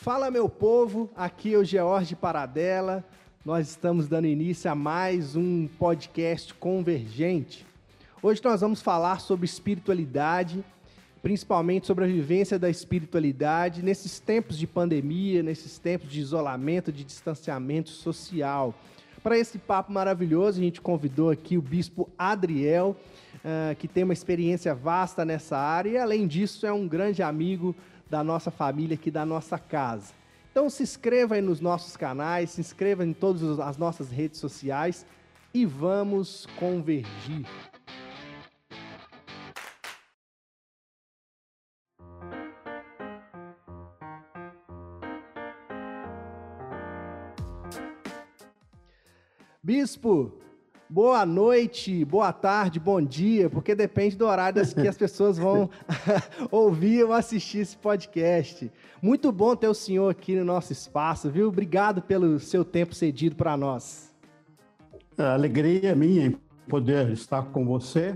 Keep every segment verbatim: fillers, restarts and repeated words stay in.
Fala, meu povo, aqui é o George Paradella. Nós estamos dando início a mais um podcast convergente. Hoje nós vamos falar sobre espiritualidade, principalmente sobre a vivência da espiritualidade nesses tempos de pandemia, nesses tempos de isolamento, de distanciamento social. Para esse papo maravilhoso, a gente convidou aqui o bispo Adriel, uh, que tem uma experiência vasta nessa área e, além disso, é um grande amigo da nossa família aqui, da nossa casa. Então se inscreva aí nos nossos canais, se inscreva em todas as nossas redes sociais e vamos convergir. Bispo, boa noite, boa tarde, bom dia, porque depende do horário que as pessoas vão ouvir ou assistir esse podcast. Muito bom ter o senhor aqui no nosso espaço, viu? Obrigado pelo seu tempo cedido para nós. A alegria é minha em poder estar com você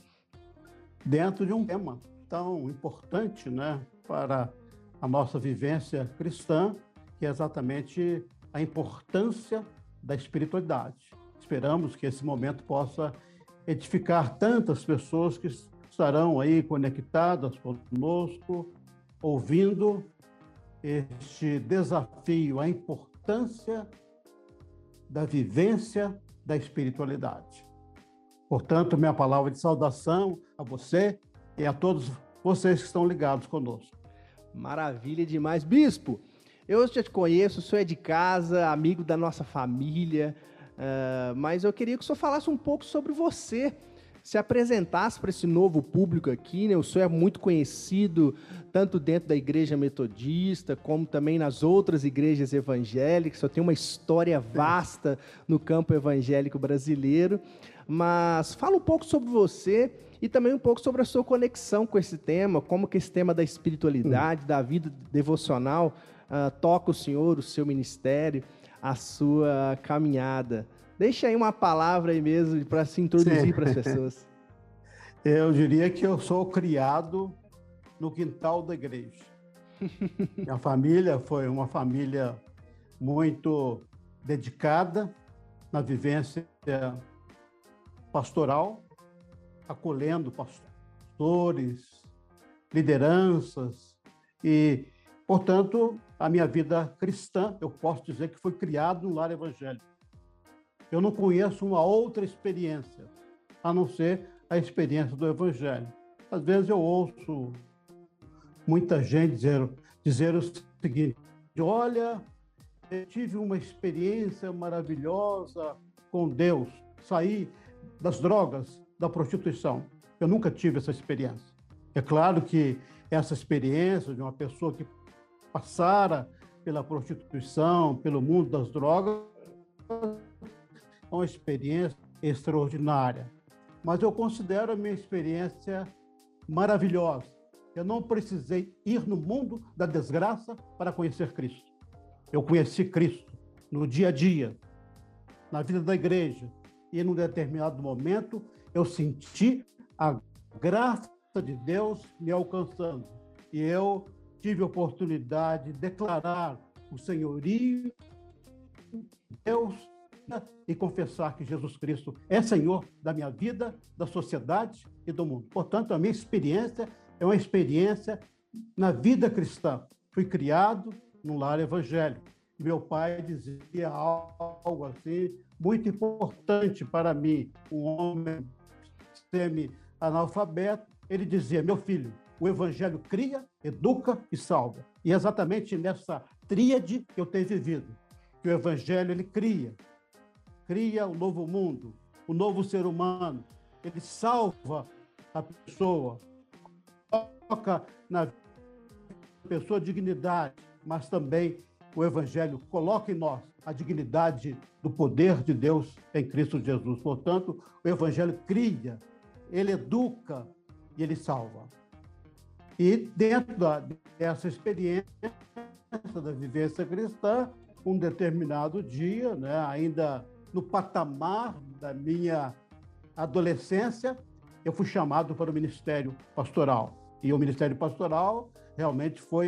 dentro de um tema tão importante, né, para a nossa vivência cristã, que é exatamente a importância da espiritualidade. Esperamos que esse momento possa edificar tantas pessoas que estarão aí conectadas conosco, ouvindo este desafio, a importância da vivência da espiritualidade. Portanto, minha palavra de saudação a você e a todos vocês que estão ligados conosco. Maravilha demais. Bispo, eu já te conheço, o senhor é de casa, amigo da nossa família, uh, mas eu queria que o senhor falasse um pouco sobre você, se apresentasse para esse novo público aqui, né? O senhor é muito conhecido tanto dentro da igreja metodista, como também nas outras igrejas evangélicas, o senhor tem uma história vasta no campo evangélico brasileiro, mas fala um pouco sobre você e também um pouco sobre a sua conexão com esse tema, como que esse tema da espiritualidade, hum. da vida devocional, uh, toca o senhor, o seu ministério, a sua caminhada. Deixa aí uma palavra aí mesmo para se introduzir para as pessoas. Eu diria que eu sou criado no quintal da igreja. Minha família foi uma família muito dedicada na vivência pastoral, acolhendo pastores, lideranças e, portanto, a minha vida cristã, eu posso dizer que foi criado no lar evangélico. Eu não conheço uma outra experiência, a não ser a experiência do Evangelho. Às vezes eu ouço muita gente dizer, dizer o seguinte: olha, eu tive uma experiência maravilhosa com Deus, saí das drogas, da prostituição. Eu nunca tive essa experiência. É claro que essa experiência de uma pessoa que passara pela prostituição, pelo mundo das drogas, é uma experiência extraordinária. Mas eu considero a minha experiência maravilhosa. Eu não precisei ir no mundo da desgraça para conhecer Cristo. Eu conheci Cristo no dia a dia, na vida da igreja. E, num determinado momento, eu senti a graça de Deus me alcançando. E eu tive a oportunidade de declarar o senhorio de Deus e confessar que Jesus Cristo é Senhor da minha vida, da sociedade e do mundo. Portanto, a minha experiência é uma experiência na vida cristã. Fui criado num lar evangélico. Meu pai dizia algo assim muito importante para mim, um homem semi-analfabeto. Ele dizia: meu filho, o evangelho cria, educa e salva. E é exatamente nessa tríade que eu tenho vivido, que o evangelho ele cria, cria o novo mundo, o novo ser humano, ele salva a pessoa, coloca na pessoa dignidade, mas também o Evangelho coloca em nós a dignidade do poder de Deus em Cristo Jesus. Portanto, o Evangelho cria, ele educa e ele salva. E dentro da, dessa experiência da vivência cristã, um determinado dia, né, ainda no patamar da minha adolescência, eu fui chamado para o ministério pastoral. E o ministério pastoral realmente foi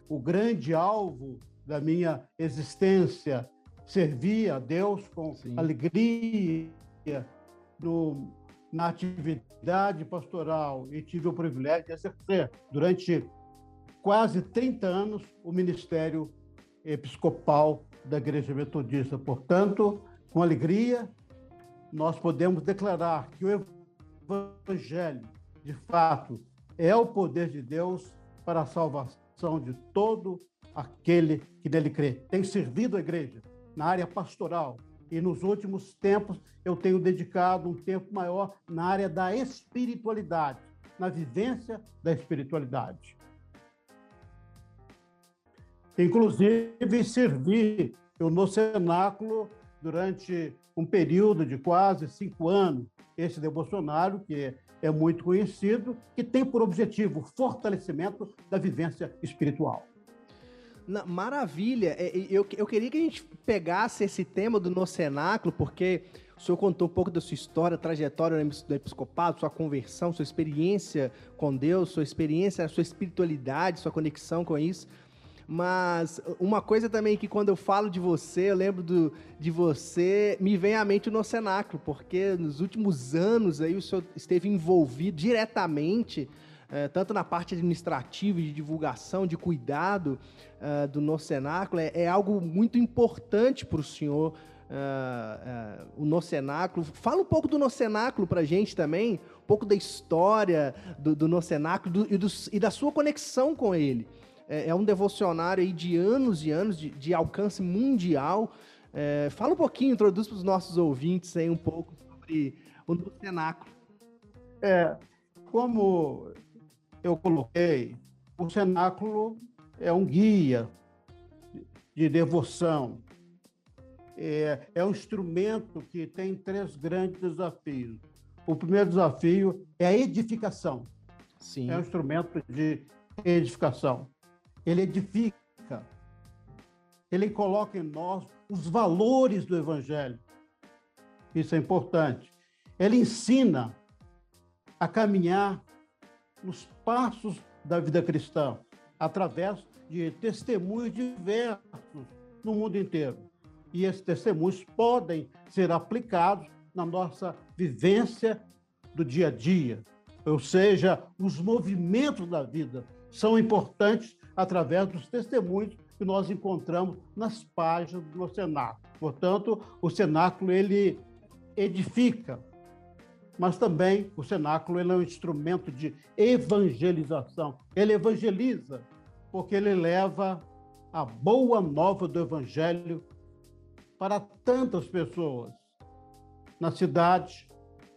o grande alvo da minha existência, servir a Deus com Sim. alegria no, na atividade pastoral, e tive o privilégio de exercer durante quase trinta anos o ministério episcopal da Igreja Metodista. Portanto, com alegria, nós podemos declarar que o Evangelho, de fato, é o poder de Deus para a salvação de todo aquele que nele crê. Tenho servido a igreja na área pastoral e nos últimos tempos eu tenho dedicado um tempo maior na área da espiritualidade, na vivência da espiritualidade. Inclusive, servi eu no cenáculo durante um período de quase cinco anos, esse devocionário, que é, é muito conhecido, que tem por objetivo o fortalecimento da vivência espiritual. Na, maravilha! Eu, eu queria que a gente pegasse esse tema do No Cenáculo, porque o senhor contou um pouco da sua história, trajetória do episcopado, sua conversão, sua experiência com Deus, sua experiência, sua espiritualidade, sua conexão com isso. Mas uma coisa também que quando eu falo de você, eu lembro do, de você, me vem à mente o No Cenáculo, porque nos últimos anos aí o senhor esteve envolvido diretamente, eh, tanto na parte administrativa, de divulgação, de cuidado eh, do No Cenáculo. É, é algo muito importante para o senhor, eh, eh, o No Cenáculo. Fala um pouco do No Cenáculo para a gente também, um pouco da história do, do No Cenáculo do, e, do, e da sua conexão com ele. É um devocionário aí de anos e anos, de, de alcance mundial. É, fala um pouquinho, introduz para os nossos ouvintes aí um pouco sobre o No Cenáculo. É, como eu coloquei, o Cenáculo é um guia de devoção. É, é um instrumento que tem três grandes desafios. O primeiro desafio é a edificação. Sim. É um instrumento de edificação. Ele edifica, ele coloca em nós os valores do Evangelho. Isso é importante. Ele ensina a caminhar nos passos da vida cristã, através de testemunhos diversos no mundo inteiro. E esses testemunhos podem ser aplicados na nossa vivência do dia a dia. Ou seja, os movimentos da vida são importantes através dos testemunhos que nós encontramos nas páginas do Cenáculo. Portanto, o Cenáculo, ele edifica, mas também o Cenáculo ele é um instrumento de evangelização. Ele evangeliza, porque ele leva a boa nova do Evangelho para tantas pessoas, na cidade,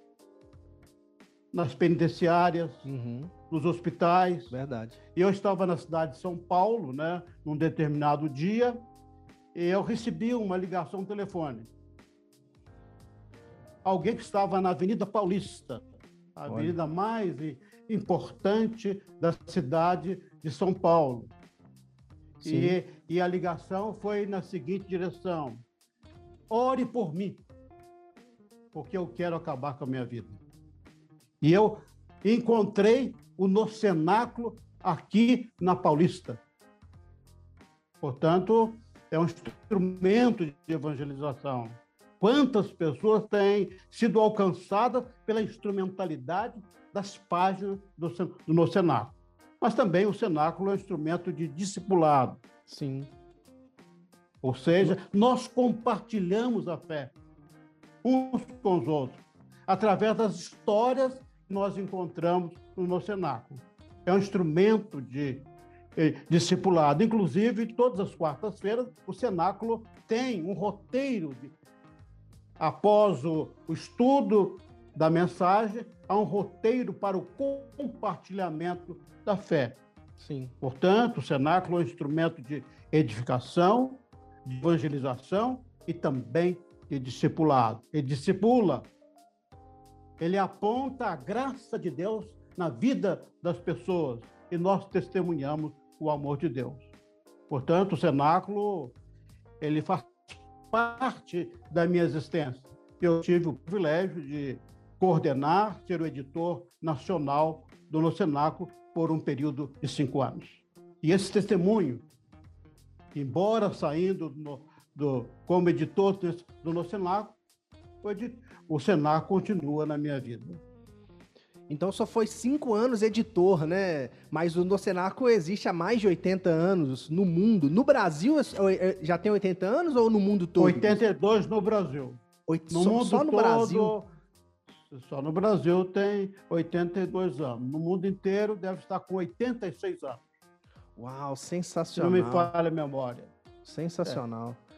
nas penitenciárias, uhum. nos hospitais. Verdade. E eu estava na cidade de São Paulo, né, num determinado dia, e eu recebi uma ligação telefônica. Alguém que estava na Avenida Paulista, a Olha. avenida mais importante da cidade de São Paulo. E, e a ligação foi na seguinte direção: ore por mim, porque eu quero acabar com a minha vida. E eu encontrei o No Cenáculo aqui na Paulista. Portanto, é um instrumento de evangelização. Quantas pessoas têm sido alcançadas pela instrumentalidade das páginas do, do No Cenáculo? Mas também o Cenáculo é um instrumento de discipulado. Sim. Ou seja, nós compartilhamos a fé uns com os outros, através das histórias que nós encontramos no No Cenáculo. É um instrumento de eh, discipulado. Inclusive, todas as quartas-feiras, o Cenáculo tem um roteiro. De, após o, o estudo da mensagem, há um roteiro para o compartilhamento da fé. Sim. Portanto, o Cenáculo é um instrumento de edificação, de evangelização e também de discipulado. Ele discipula, ele aponta a graça de Deus na vida das pessoas e nós testemunhamos o amor de Deus. Portanto, o Cenáculo, ele faz parte da minha existência. Eu tive o privilégio de coordenar, ser o editor nacional do No Cenáculo por um período de cinco anos. E esse testemunho, embora saindo no, do, como editor do No Cenáculo, o Cenáculo continua na minha vida. Então só foi cinco anos editor, né? Mas o No Cenáculo existe há mais de oitenta anos no mundo. No Brasil já tem oitenta anos ou no mundo todo? oitenta e dois no Brasil. Oito, no só, mundo só no todo, Brasil? Só no Brasil tem oitenta e dois anos. No mundo inteiro deve estar com oitenta e seis anos. Uau, sensacional. Se não me falha a memória. Sensacional. É.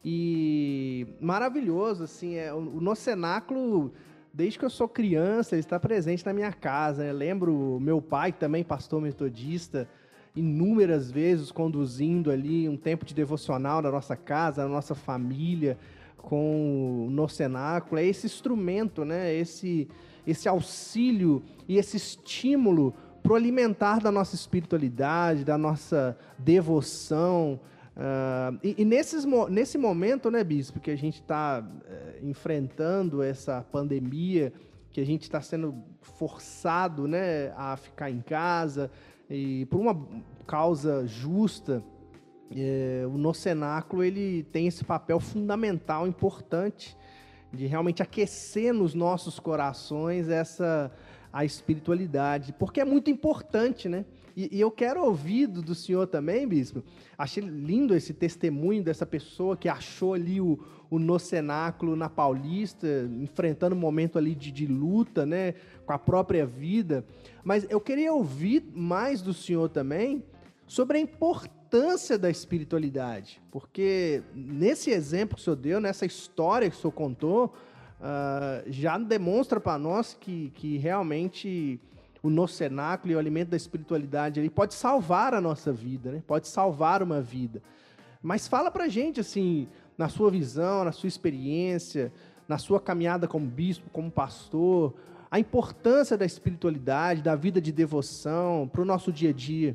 E maravilhoso, assim, é, o No Cenáculo, desde que eu sou criança, ele está presente na minha casa. Eu lembro meu pai, também pastor metodista, inúmeras vezes conduzindo ali um tempo de devocional na nossa casa, na nossa família, com o No Cenáculo. É esse instrumento, né? Esse, esse auxílio e esse estímulo para o alimentar da nossa espiritualidade, da nossa devoção. Uh, e e nesses, nesse momento, né, Bispo, que a gente está uh, enfrentando essa pandemia, que a gente está sendo forçado, né, a ficar em casa, e por uma causa justa, uh, o No Cenáculo ele tem esse papel fundamental, importante, de realmente aquecer nos nossos corações essa a espiritualidade, porque é muito importante, né? E, e eu quero ouvir do, do senhor também, Bispo. Achei lindo esse testemunho dessa pessoa que achou ali o, o No Cenáculo na Paulista, enfrentando um momento ali de, de luta, né? Com a própria vida. Mas eu queria ouvir mais do senhor também sobre a importância da espiritualidade, porque nesse exemplo que o senhor deu, nessa história que o senhor contou, Uh, já demonstra para nós que, que realmente o No Cenáculo e o alimento da espiritualidade ele pode salvar a nossa vida, né? Pode salvar uma vida. Mas fala para a gente, assim, na sua visão, na sua experiência, na sua caminhada como bispo, como pastor, a importância da espiritualidade, da vida de devoção para o nosso dia a dia.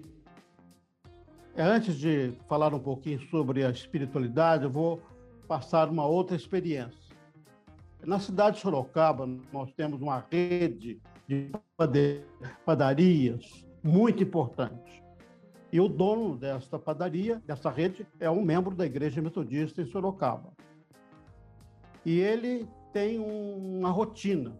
Antes de falar um pouquinho sobre a espiritualidade, eu vou passar uma outra experiência. Na cidade de Sorocaba, nós temos uma rede de padarias muito importante. E o dono desta padaria, dessa rede, é um membro da Igreja Metodista em Sorocaba. E ele tem uma rotina.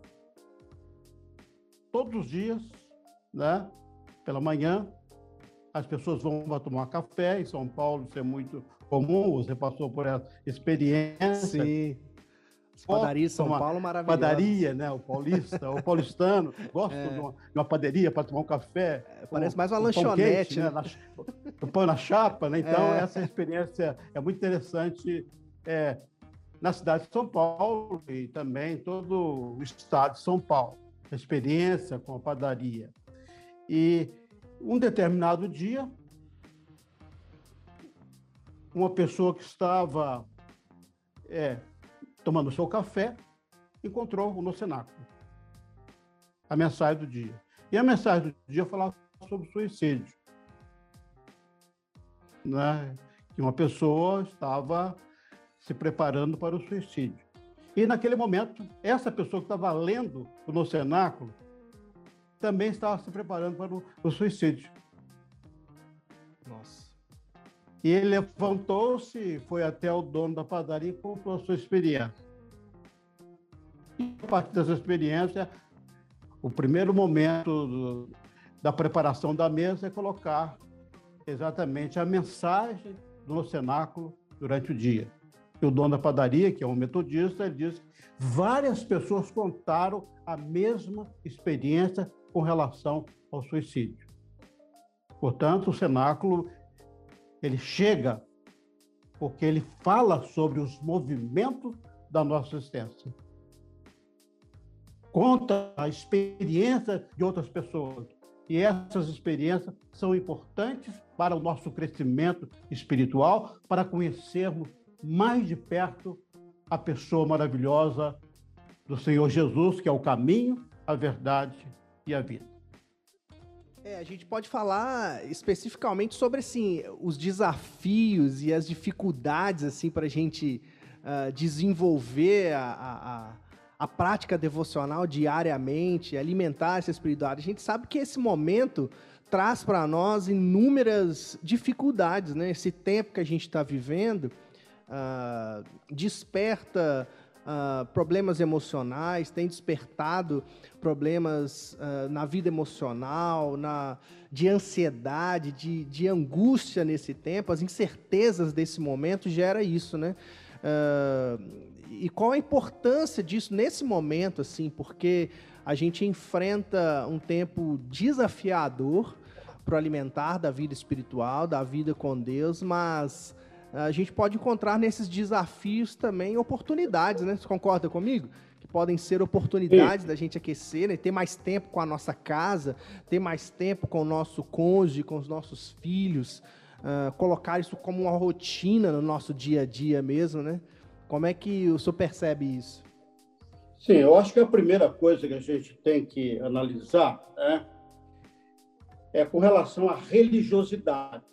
Todos os dias, né, pela manhã, as pessoas vão tomar café. Em São Paulo isso é muito comum, você passou por essa experiência. Sim. As padarias de São Paulo, maravilhosas. Padaria, né? O paulista, o paulistano, gosta é. de, uma, de uma padaria para tomar um café. É, parece um, mais uma um lanchonete, quente, né? né? O pão na chapa, né? Então, é. essa experiência é muito interessante é, na cidade de São Paulo e também em todo o estado de São Paulo. A experiência com a padaria. E um determinado dia, uma pessoa que estava... É, tomando seu café, encontrou o No Cenáculo. A mensagem do dia. E a mensagem do dia falava sobre suicídio. Né? Que uma pessoa estava se preparando para o suicídio. E, naquele momento, essa pessoa que estava lendo o No Cenáculo também estava se preparando para o, o suicídio. Nossa. E ele levantou-se, foi até o dono da padaria e contou a sua experiência. E, a partir dessa experiência, o primeiro momento do, da preparação da mesa é colocar exatamente a mensagem do No Cenáculo durante o dia. E o dono da padaria, que é um metodista, ele diz que várias pessoas contaram a mesma experiência com relação ao suicídio. Portanto, o Cenáculo ele chega porque ele fala sobre os movimentos da nossa existência. Conta a experiência de outras pessoas. E essas experiências são importantes para o nosso crescimento espiritual, para conhecermos mais de perto a pessoa maravilhosa do Senhor Jesus, que é o caminho, a verdade e a vida. É, a gente pode falar especificamente sobre assim, os desafios e as dificuldades assim, para a gente uh, desenvolver a, a, a prática devocional diariamente, alimentar essa espiritualidade. A gente sabe que esse momento traz para nós inúmeras dificuldades, né? Esse tempo que a gente está vivendo uh, desperta uh, problemas emocionais, tem despertado problemas uh, na vida emocional, na, de ansiedade, de, de angústia nesse tempo. As incertezas desse momento gera isso, né? Uh, e qual a importância disso nesse momento, assim, porque a gente enfrenta um tempo desafiador para o alimentar da vida espiritual, da vida com Deus, mas a gente pode encontrar nesses desafios também oportunidades, né? Você concorda comigo? Que podem ser oportunidades Sim. da gente aquecer, né? Ter mais tempo com a nossa casa, ter mais tempo com o nosso cônjuge, com os nossos filhos, uh, colocar isso como uma rotina no nosso dia a dia mesmo, né? Como é que o senhor percebe isso? Sim, eu acho que a primeira coisa que a gente tem que analisar, né, é com relação à religiosidade.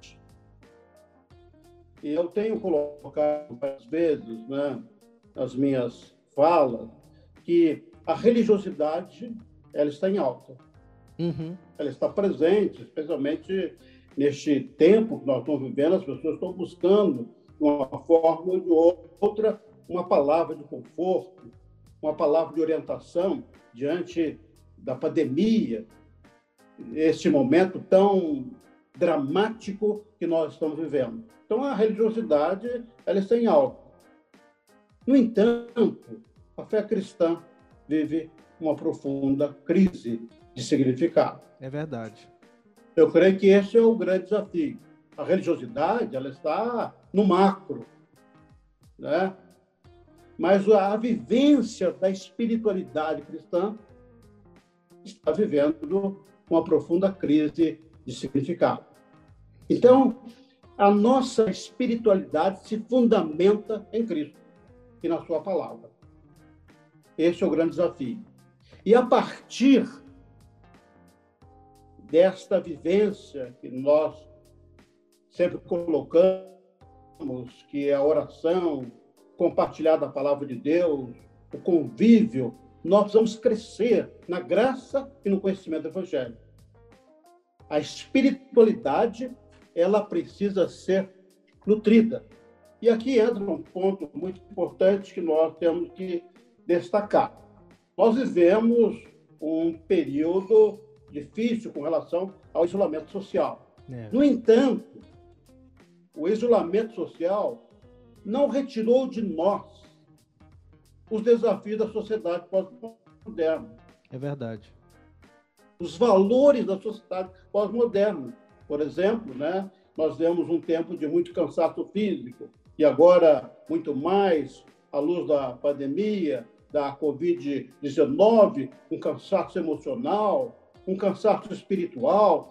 E eu tenho colocado várias vezes, né, nas minhas falas, que a religiosidade ela está em alta. Uhum. Ela está presente, especialmente neste tempo que nós estamos vivendo, as pessoas estão buscando de uma forma ou de outra uma palavra de conforto, uma palavra de orientação diante da pandemia, este momento tão dramático que nós estamos vivendo. Então, a religiosidade ela está em alta. No entanto, a fé cristã vive uma profunda crise de significado. É verdade. Eu creio que esse é o grande desafio. A religiosidade ela está no macro, né? Mas a vivência da espiritualidade cristã está vivendo uma profunda crise de significado. Então, a nossa espiritualidade se fundamenta em Cristo e na sua palavra. Esse é o grande desafio. E a partir desta vivência que nós sempre colocamos, que é a oração, compartilhar da palavra de Deus, o convívio, nós precisamos crescer na graça e no conhecimento do Evangelho. A espiritualidade, ela precisa ser nutrida. E aqui entra um ponto muito importante que nós temos que destacar. Nós vivemos um período difícil com relação ao isolamento social. É. No entanto, o isolamento social não retirou de nós os desafios da sociedade pós-moderna. É verdade. Os valores da sociedade pós-moderna. Por exemplo, né, nós vemos um tempo de muito cansaço físico e agora muito mais à luz da pandemia, da covid dezenove, um cansaço emocional, um cansaço espiritual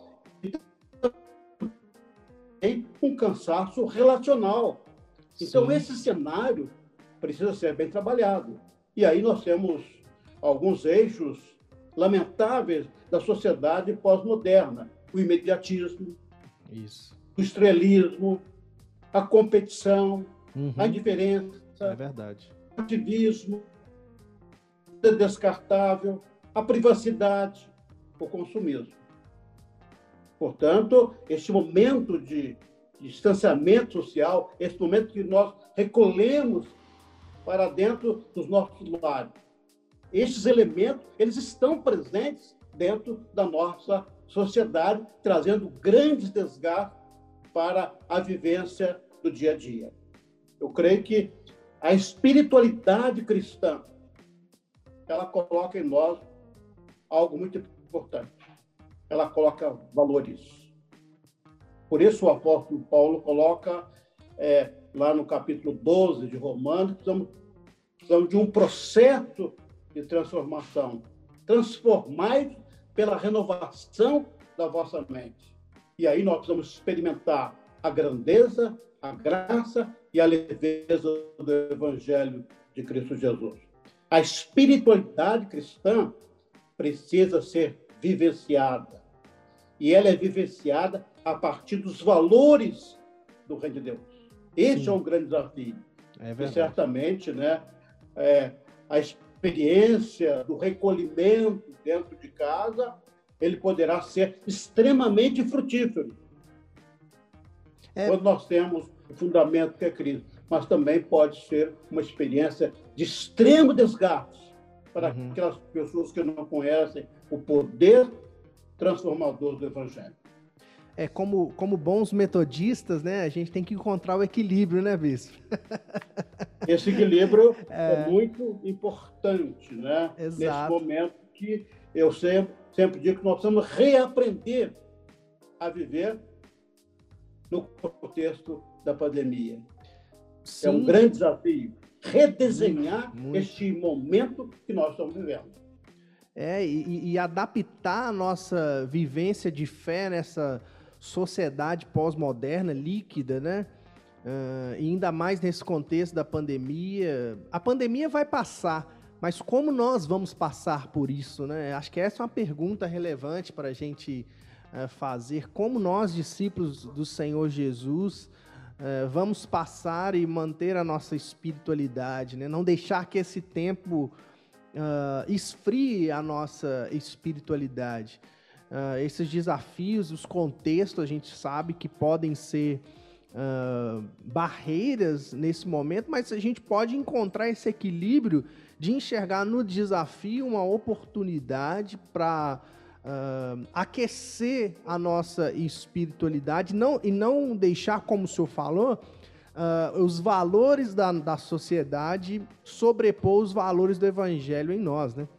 e um cansaço relacional. Então, Sim. esse cenário precisa ser bem trabalhado. E aí nós temos alguns eixos lamentáveis da sociedade pós-moderna. O imediatismo, Isso. o estrelismo, a competição, uhum. a indiferença, é verdade. o ativismo, o descartável, a privacidade, o consumismo. Portanto, este momento de distanciamento social, esse momento que nós recolhemos para dentro dos nossos lares. Estes elementos, eles estão presentes dentro da nossa sociedade, trazendo grandes desgastes para a vivência do dia a dia. Eu creio que a espiritualidade cristã, ela coloca em nós algo muito importante. Ela coloca valores. Por isso o apóstolo Paulo coloca é, lá no capítulo doze de Romanos, precisamos, precisamos de um processo de transformação. Transformai pela renovação da vossa mente. E aí nós precisamos experimentar a grandeza, a graça e a leveza do Evangelho de Cristo Jesus. A espiritualidade cristã precisa ser vivenciada. E ela é vivenciada a partir dos valores do Reino de Deus. Esse Sim. é um grande desafio. É verdade. E certamente, né, é, a experiência do recolhimento dentro de casa ele poderá ser extremamente frutífero. É. Quando nós temos o fundamento que é Cristo, mas também pode ser uma experiência de extremo desgaste para uhum. aquelas pessoas que não conhecem o poder transformador do Evangelho. É, como, como bons metodistas, né, a gente tem que encontrar o equilíbrio, né, bispo? Esse equilíbrio é, é muito importante, né? Exato. Nesse momento que eu sempre, sempre digo que nós precisamos reaprender a viver no contexto da pandemia. Sim. É um grande desafio redesenhar muito, muito. este momento que nós estamos vivendo. É, e, e adaptar a nossa vivência de fé nessa sociedade pós-moderna, líquida, né? Uh, e ainda mais nesse contexto da pandemia. A pandemia vai passar, mas como nós vamos passar por isso, né? Acho que essa é uma pergunta relevante para a gente uh, fazer. Como nós, discípulos do Senhor Jesus, uh, vamos passar e manter a nossa espiritualidade, né? Não deixar que esse tempo uh, esfrie a nossa espiritualidade. Uh, esses desafios, os contextos, a gente sabe que podem ser uh, barreiras nesse momento, mas a gente pode encontrar esse equilíbrio de enxergar no desafio uma oportunidade para uh, aquecer a nossa espiritualidade não, e não deixar, como o senhor falou, uh, os valores da, da sociedade sobrepor os valores do evangelho em nós, né?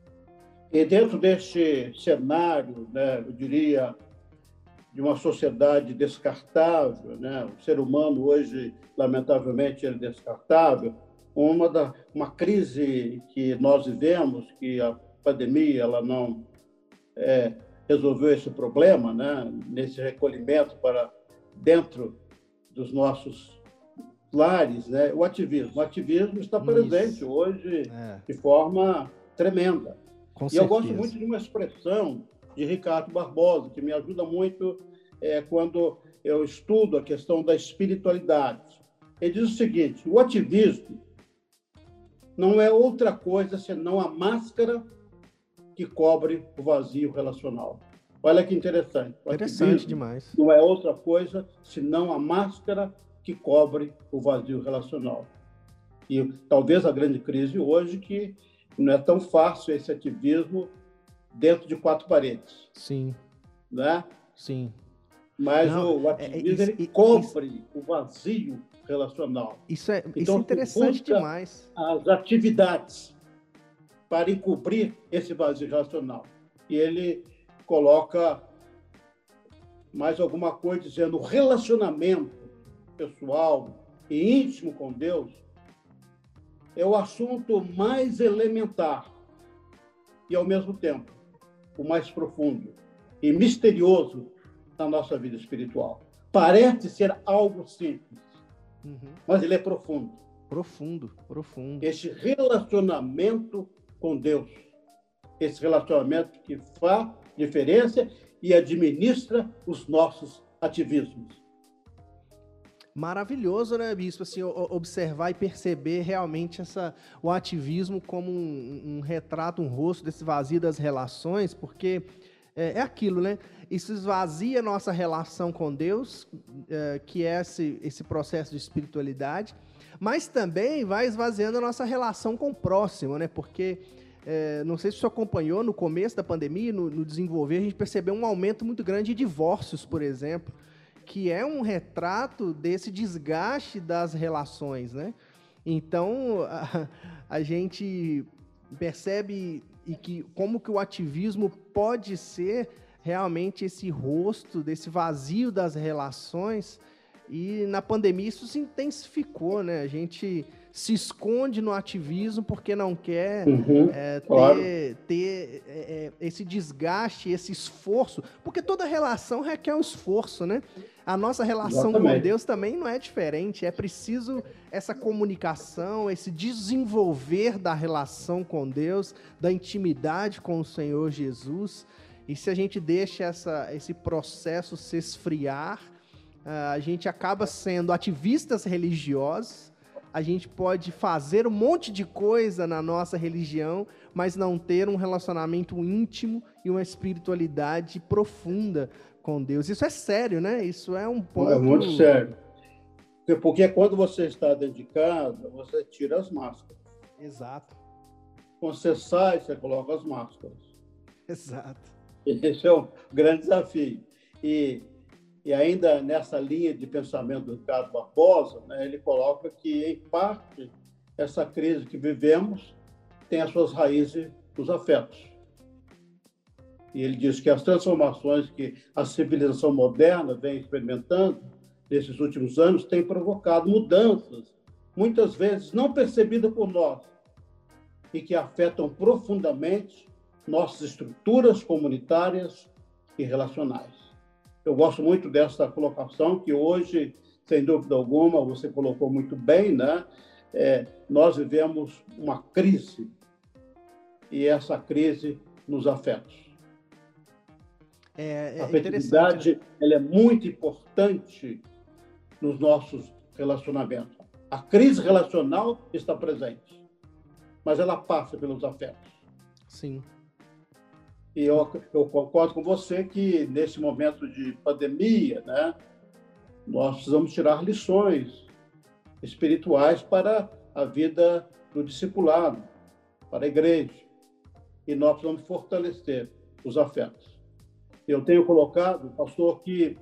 E dentro deste cenário, né, eu diria, de uma sociedade descartável, né, o ser humano hoje, lamentavelmente, ele é descartável, uma, da, uma crise que nós vivemos, que a pandemia ela não é, resolveu esse problema, né, nesse recolhimento para dentro dos nossos lares, né, o ativismo. O ativismo está presente Isso. hoje é. de forma tremenda. Com e certeza. Eu gosto muito de uma expressão de Ricardo Barbosa, que me ajuda muito é, quando eu estudo a questão da espiritualidade. Ele diz o seguinte: o ativismo não é outra coisa senão a máscara que cobre o vazio relacional. Olha que interessante. O interessante demais. Não é outra coisa senão a máscara que cobre o vazio relacional. E talvez a grande crise hoje que não é tão fácil esse ativismo dentro de quatro paredes. Sim. Né? Sim. Mas não, o ativismo é, ele cobre isso, o vazio relacional. Isso é, então, isso é interessante demais. As atividades para encobrir esse vazio relacional. E ele coloca mais alguma coisa dizendo: o relacionamento pessoal e íntimo com Deus é o assunto mais elementar e, ao mesmo tempo, o mais profundo e misterioso da nossa vida espiritual. Parece ser algo simples, uhum. mas ele é profundo. Profundo, profundo. Esse relacionamento com Deus, esse relacionamento que faz diferença e administra os nossos ativismos. Maravilhoso, né, bispo? Assim, observar e perceber realmente essa, o ativismo como um, um retrato, um rosto desse vazio das relações, porque é, é aquilo, né? Isso esvazia a nossa relação com Deus, é, que é esse, esse processo de espiritualidade, mas também vai esvaziando a nossa relação com o próximo, né? Porque, é, não sei se o senhor acompanhou, no começo da pandemia, no, no desenvolver, a gente percebeu um aumento muito grande de divórcios, por exemplo, que é um retrato desse desgaste das relações, né? Então, a, a gente percebe e que, como que o ativismo pode ser realmente esse rosto desse vazio das relações, e na pandemia isso se intensificou, né? A gente se esconde no ativismo porque não quer uhum, é, ter, claro. ter é, esse desgaste, esse esforço, porque toda relação requer um esforço, né? A nossa relação Exatamente. com Deus também não é diferente, é preciso essa comunicação, esse desenvolver da relação com Deus, da intimidade com o Senhor Jesus, e se a gente deixa essa, esse processo se esfriar, a gente acaba sendo ativistas religiosos, a gente pode fazer um monte de coisa na nossa religião, mas não ter um relacionamento íntimo e uma espiritualidade profunda com Deus. Isso é sério, né? Isso é um ponto... É muito sério. Porque quando você está dentro de casa, você tira as máscaras. Exato. Quando você sai, você coloca as máscaras. Exato. Esse é um grande desafio. E, e ainda nessa linha de pensamento do Ricardo Barbosa, né, ele coloca que, em parte, essa crise que vivemos tem as suas raízes nos afetos. E ele diz que as transformações que a civilização moderna vem experimentando nesses últimos anos têm provocado mudanças, muitas vezes não percebidas por nós, e que afetam profundamente nossas estruturas comunitárias e relacionais. Eu gosto muito dessa colocação, que hoje, sem dúvida alguma, você colocou muito bem, né? É, nós vivemos uma crise, e essa crise nos afeta. É, é a afetividade, né? ela é muito importante nos nossos relacionamentos. A crise relacional está presente, mas ela passa pelos afetos. Sim. E eu, eu concordo com você que, nesse momento de pandemia, né, nós precisamos tirar lições espirituais para a vida do discipulado, para a igreja. E nós precisamos fortalecer os afetos. Eu tenho colocado, pastor, que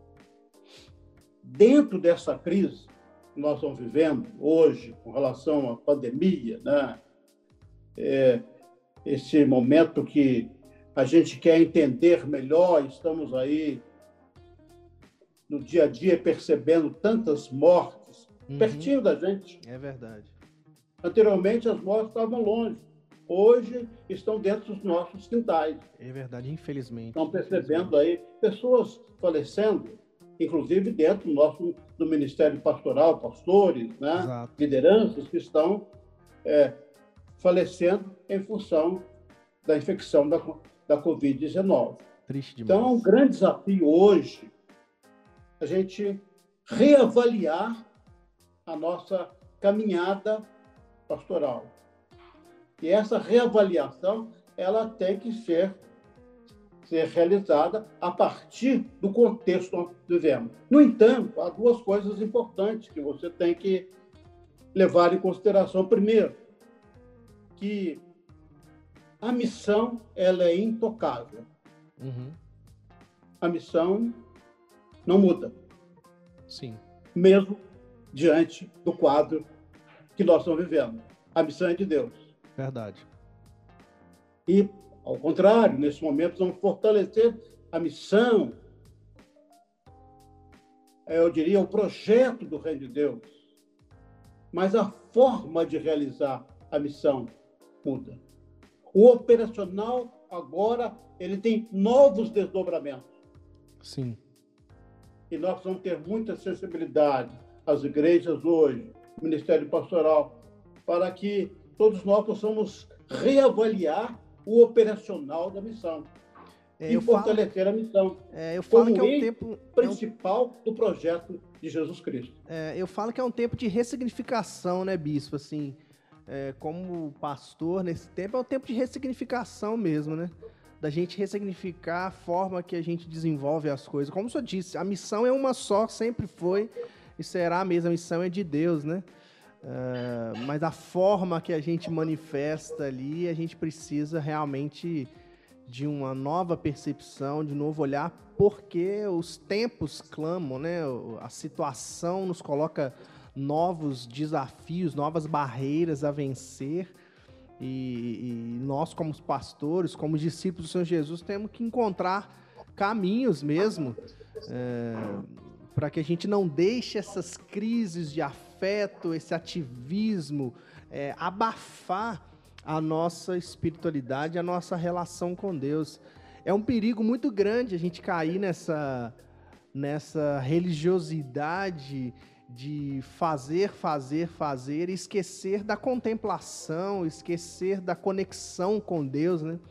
dentro dessa crise que nós estamos vivendo hoje, com relação à pandemia, né, é, esse momento que a gente quer entender melhor, estamos aí no dia a dia percebendo tantas mortes, uhum, pertinho da gente. É verdade. Anteriormente as mortes estavam longe, hoje estão dentro dos nossos quintais. É verdade, infelizmente. Estão percebendo aí pessoas falecendo, inclusive dentro do nosso do Ministério Pastoral, pastores, né, exato, lideranças que estão é, falecendo em função da infecção da, da covid dezenove. Triste demais. Então, é um grande desafio hoje a gente reavaliar a nossa caminhada pastoral. E essa reavaliação ela tem que ser, ser realizada a partir do contexto onde vivemos. No entanto, há duas coisas importantes que você tem que levar em consideração. Primeiro, que a missão ela é intocável. Uhum. A missão não muda. Sim. Mesmo diante do quadro que nós estamos vivendo. A missão é de Deus. Verdade. E, ao contrário, nesse momento, vamos fortalecer a missão, eu diria, o projeto do Reino de Deus. Mas a forma de realizar a missão muda. O operacional, agora, ele tem novos desdobramentos. Sim. E nós vamos ter muita sensibilidade, as igrejas hoje, o Ministério Pastoral, para que todos nós possamos reavaliar o operacional da missão é, e fortalecer falo, a missão é, eu falo como que é um tempo principal é um, do projeto de Jesus Cristo. É, eu falo que é um tempo de ressignificação, né, bispo? Assim, é, como pastor, nesse tempo, é um tempo de ressignificação mesmo, né? Da gente ressignificar a forma que a gente desenvolve as coisas. Como o senhor disse, a missão é uma só, sempre foi e será a mesma. A missão é de Deus, né? Uh, mas a forma que a gente manifesta ali, a gente precisa realmente de uma nova percepção, de novo olhar, porque os tempos clamam, né? A situação nos coloca novos desafios, novas barreiras a vencer. E, e nós, como pastores, como discípulos do Senhor Jesus, temos que encontrar caminhos mesmo é, para que a gente não deixe essas crises de afeto, esse ativismo, é, abafar a nossa espiritualidade, a nossa relação com Deus. É um perigo muito grande a gente cair nessa, nessa religiosidade de fazer, fazer, fazer e esquecer da contemplação, esquecer da conexão com Deus, né?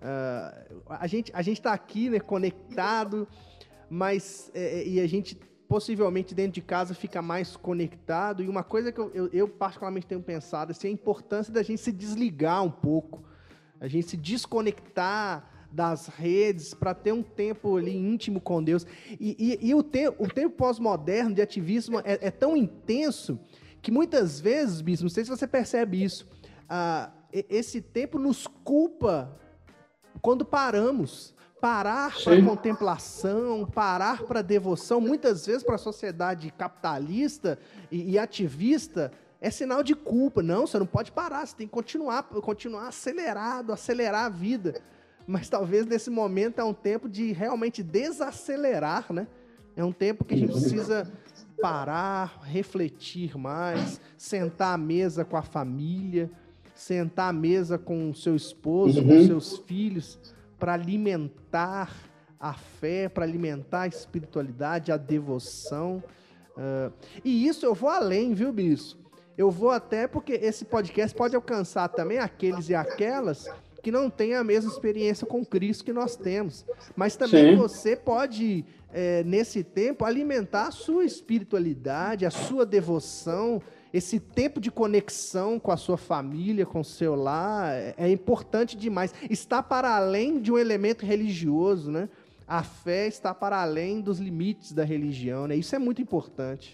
Uh, a gente a gente está aqui, né, conectado, mas é, e a gente possivelmente dentro de casa fica mais conectado. E uma coisa que eu, eu, eu particularmente tenho pensado assim, é a importância da gente se desligar um pouco, a gente se desconectar das redes para ter um tempo ali íntimo com Deus. E, e, e o, te, o tempo pós-moderno de ativismo é, é tão intenso que muitas vezes, Bispo, não sei se você percebe isso, ah, esse tempo nos culpa quando paramos. Parar para contemplação, parar para devoção, muitas vezes para a sociedade capitalista e, e ativista, é sinal de culpa. Não, você não pode parar, você tem que continuar, continuar acelerado, acelerar a vida. Mas talvez nesse momento é um tempo de realmente desacelerar, né? É um tempo que a gente precisa parar, refletir mais, sentar à mesa com a família, sentar à mesa com o seu esposo, uhum. com seus filhos, para alimentar a fé, para alimentar a espiritualidade, a devoção. Uh, e isso eu vou além, viu, Bispo? Eu vou até porque esse podcast pode alcançar também aqueles e aquelas que não têm a mesma experiência com Cristo que nós temos. Mas também Sim. você pode, é, nesse tempo, alimentar a sua espiritualidade, a sua devoção, esse tempo de conexão com a sua família, com o seu lar, é importante demais. Está para além de um elemento religioso, né? A fé está para além dos limites da religião, né? Isso é muito importante.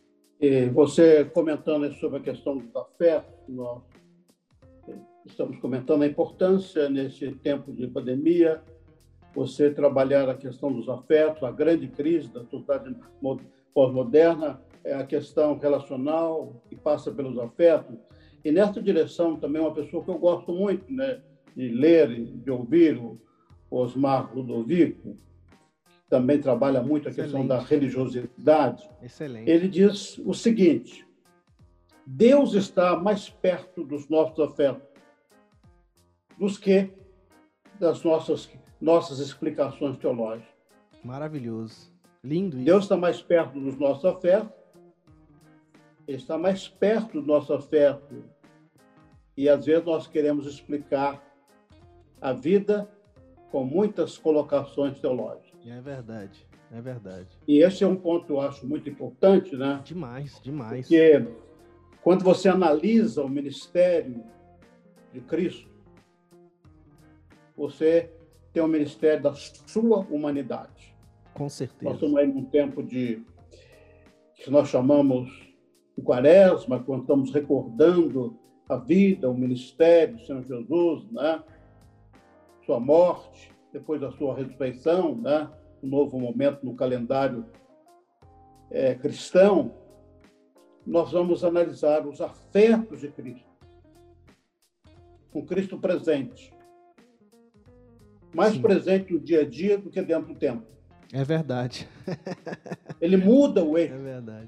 E você comentando sobre a questão da fé, nós estamos comentando a importância nesse tempo de pandemia, você trabalhar a questão dos afetos, a grande crise da sociedade pós-moderna, é a questão relacional que passa pelos afetos. E nessa direção também uma pessoa que eu gosto muito, né, de ler e de ouvir, o Osmar Ludovico, que também trabalha muito a questão Excelente. Da religiosidade. Excelente. Ele diz o seguinte: Deus está mais perto dos nossos afetos dos que das nossas, nossas explicações teológicas. Maravilhoso. Lindo isso. Deus está mais perto dos nossos afetos, Ele está mais perto do nosso afeto. E, às vezes, nós queremos explicar a vida com muitas colocações teológicas. É verdade, é verdade. E esse é um ponto que eu acho muito importante, né? Demais, demais. Porque quando você analisa o ministério de Cristo, você tem o ministério da sua humanidade. Com certeza. Nós estamos aí num tempo de que nós chamamos de quaresma, quando estamos recordando a vida, o ministério do Senhor Jesus, né? Sua morte, depois da sua ressurreição, né? Um novo momento no calendário é, cristão. Nós vamos analisar os afetos de Cristo, com Cristo presente. Mais Sim. presente no dia a dia do que dentro do tempo. É verdade. Ele muda o eixo. É verdade.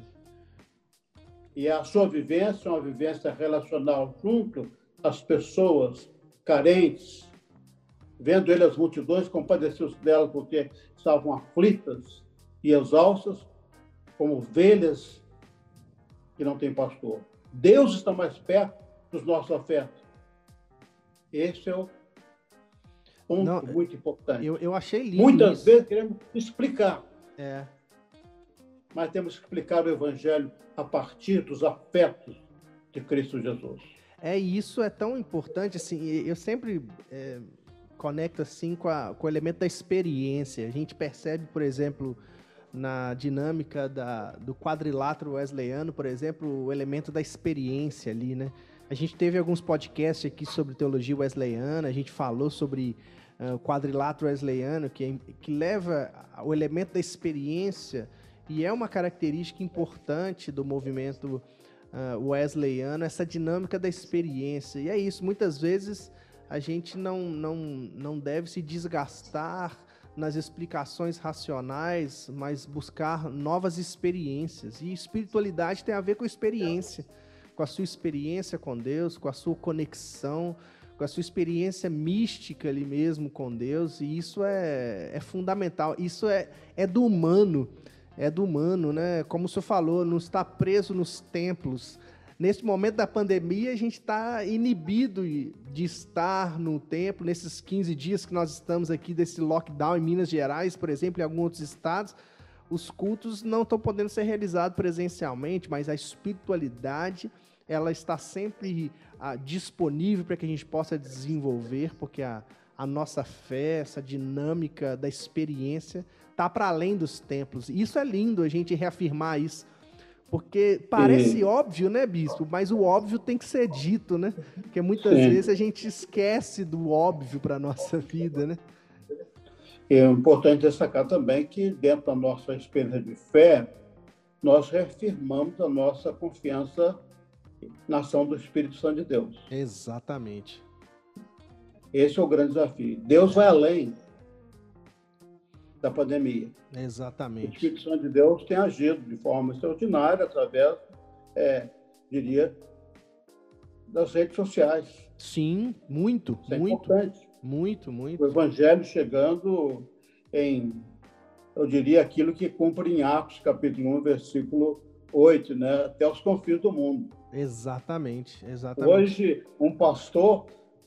E a sua vivência é uma vivência relacional junto às pessoas carentes, vendo ele as multidões, compadeceu-se delas porque estavam aflitas e exaustas, como ovelhas que não têm pastor. Deus está mais perto dos nossos afetos. Esse é o ponto não, muito importante. Eu, eu achei lindo Muitas isso. vezes queremos explicar. É. Mas temos que explicar o Evangelho a partir dos afetos de Cristo Jesus. É, isso é tão importante, assim, eu sempre é, conecto assim com, a, com o elemento da experiência. A gente percebe, por exemplo, na dinâmica da, do quadrilátero wesleyano, por exemplo, o elemento da experiência ali, né? A gente teve alguns podcasts aqui sobre teologia wesleyana, a gente falou sobre uh, o quadrilátero wesleyano, que, é, que leva o elemento da experiência, e é uma característica importante do movimento uh, wesleyano, essa dinâmica da experiência. E é isso, muitas vezes a gente não, não, não deve se desgastar nas explicações racionais, mas buscar novas experiências. E espiritualidade tem a ver com experiência, com a sua experiência com Deus, com a sua conexão, com a sua experiência mística ali mesmo com Deus, e isso é, é fundamental. Isso é, é do humano, é do humano, né? Como o senhor falou, não está preso nos templos. Nesse momento da pandemia, a gente está inibido de estar no templo, nesses quinze dias que nós estamos aqui desse lockdown em Minas Gerais, por exemplo, em alguns outros estados. os cultos não estão podendo ser realizados presencialmente, mas a espiritualidade, ela está sempre ah, disponível para que a gente possa desenvolver, porque a, a nossa fé, essa dinâmica da experiência, está para além dos templos. Isso é lindo, a gente reafirmar isso, porque parece E... óbvio, né, bispo? Mas o óbvio tem que ser dito, né? Porque muitas Sim. vezes a gente esquece do óbvio para a nossa vida, né? É importante destacar também que, dentro da nossa experiência de fé, nós reafirmamos a nossa confiança na ação do Espírito Santo de Deus. Exatamente. Esse é o grande desafio. Deus vai além da pandemia. Exatamente. O Espírito Santo de Deus tem agido de forma extraordinária através, é, diria, das redes sociais. Sim, muito, Isso é muito, importante. muito, muito. O Evangelho chegando em, eu diria, aquilo que cumpre em Atos, capítulo um, versículo oito, né? Até os confins do mundo. Exatamente, exatamente. Hoje, um pastor